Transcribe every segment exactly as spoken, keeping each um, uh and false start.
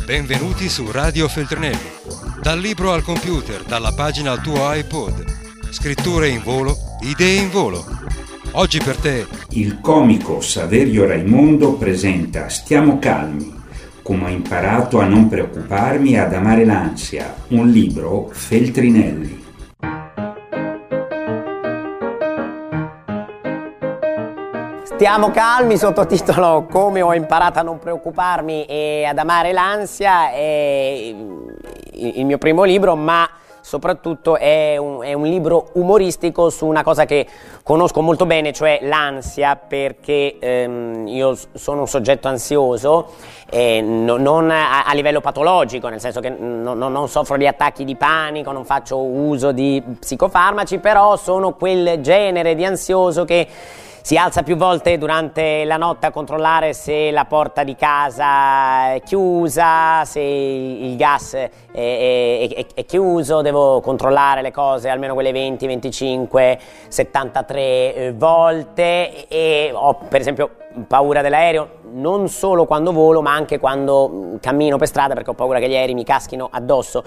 Benvenuti su Radio Feltrinelli. Dal libro al computer, dalla pagina al tuo iPod. Scritture in volo, idee in volo. Oggi per te il comico Saverio Raimondo presenta Stiamo calmi, come ho imparato a non preoccuparmi e ad amare l'ansia, un libro Feltrinelli. Stiamo calmi, sottotitolo Come ho imparato a non preoccuparmi e ad amare l'ansia, è il mio primo libro, ma soprattutto è un, è un libro umoristico su una cosa che conosco molto bene, cioè l'ansia, perché ehm, io sono un soggetto ansioso, eh, no, non a, a livello patologico, nel senso che no, no, non soffro di attacchi di panico, non faccio uso di psicofarmaci, però sono quel genere di ansioso che si alza più volte durante la notte a controllare se la porta di casa è chiusa, se il gas è, è, è, è chiuso, devo controllare le cose almeno quelle venti, venticinque, settantatré volte, e ho per esempio paura dell'aereo non solo quando volo ma anche quando cammino per strada, perché ho paura che gli aerei mi caschino addosso.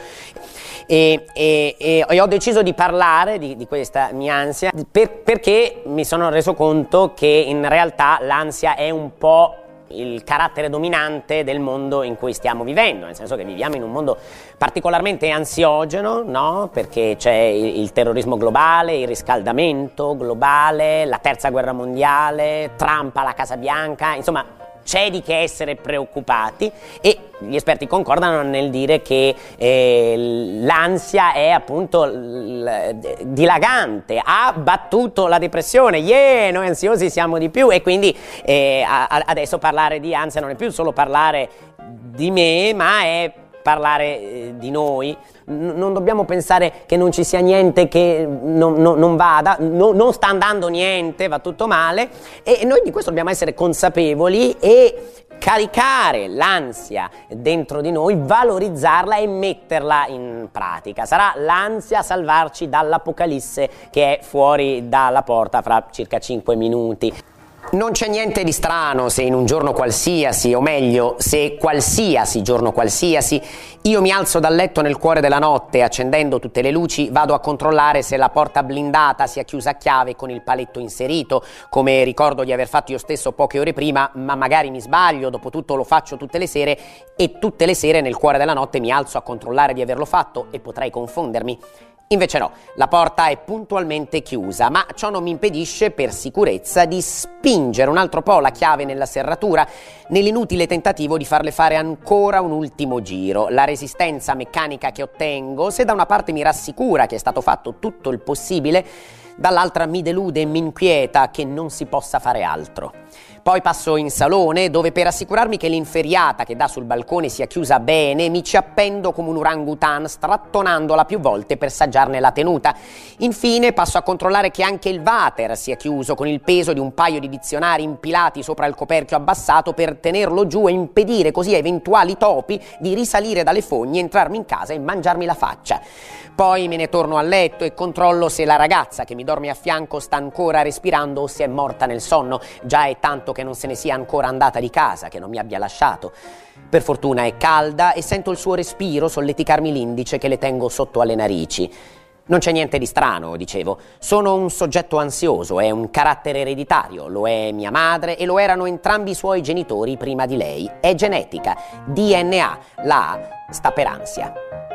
E, e, e, e ho deciso di parlare di, di questa mia ansia per, perché mi sono reso conto che in realtà l'ansia è un po' il carattere dominante del mondo in cui stiamo vivendo, nel senso che viviamo in un mondo particolarmente ansiogeno, no? Perché c'è il, il terrorismo globale, il riscaldamento globale, la terza guerra mondiale, Trump alla Casa Bianca, insomma c'è di che essere preoccupati, e gli esperti concordano nel dire che eh, l'ansia è appunto l- dilagante, ha battuto la depressione, yeah, noi ansiosi siamo di più, e quindi eh, a- adesso parlare di ansia non è più solo parlare di me, ma è parlare eh, di noi. N- non dobbiamo pensare che non ci sia niente che non, non, non vada, no, non sta andando niente, va tutto male, e noi di questo dobbiamo essere consapevoli e caricare l'ansia dentro di noi, valorizzarla e metterla in pratica. Sarà l'ansia a salvarci dall'apocalisse che è fuori dalla porta fra circa cinque minuti. Non c'è niente di strano se in un giorno qualsiasi, o meglio, se qualsiasi giorno qualsiasi, io mi alzo dal letto nel cuore della notte e, accendendo tutte le luci, vado a controllare se la porta blindata sia chiusa a chiave con il paletto inserito, come ricordo di aver fatto io stesso poche ore prima, ma magari mi sbaglio, dopotutto lo faccio tutte le sere, e tutte le sere nel cuore della notte mi alzo a controllare di averlo fatto, e potrei confondermi. Invece no, la porta è puntualmente chiusa, ma ciò non mi impedisce, per sicurezza, di spingere un altro po' la chiave nella serratura, nell'inutile tentativo di farle fare ancora un ultimo giro. La resistenza meccanica che ottengo, se da una parte mi rassicura che è stato fatto tutto il possibile, dall'altra mi delude e mi inquieta che non si possa fare altro. Poi passo in salone, dove, per assicurarmi che l'inferriata che dà sul balcone sia chiusa bene, mi ci appendo come un orangutan, strattonandola più volte per saggiarne la tenuta. Infine passo a controllare che anche il water sia chiuso, con il peso di un paio di dizionari impilati sopra il coperchio abbassato per tenerlo giù e impedire così a eventuali topi di risalire dalle fogne, entrarmi in casa e mangiarmi la faccia. Poi me ne torno a letto e controllo se la ragazza che mi dorme a fianco sta ancora respirando o se è morta nel sonno. Già è tanto che non se ne sia ancora andata di casa, che non mi abbia lasciato. Per fortuna è calda e sento il suo respiro solleticarmi l'indice che le tengo sotto alle narici. Non c'è niente di strano, dicevo. Sono un soggetto ansioso, è un carattere ereditario, lo è mia madre e lo erano entrambi i suoi genitori prima di lei. È genetica, D N A, la A sta per ansia.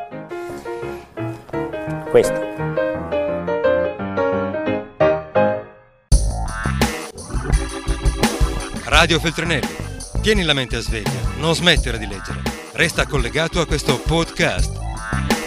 Questo. Radio Feltrinelli. Tieni la mente a sveglia, non smettere di leggere. Resta collegato a questo podcast.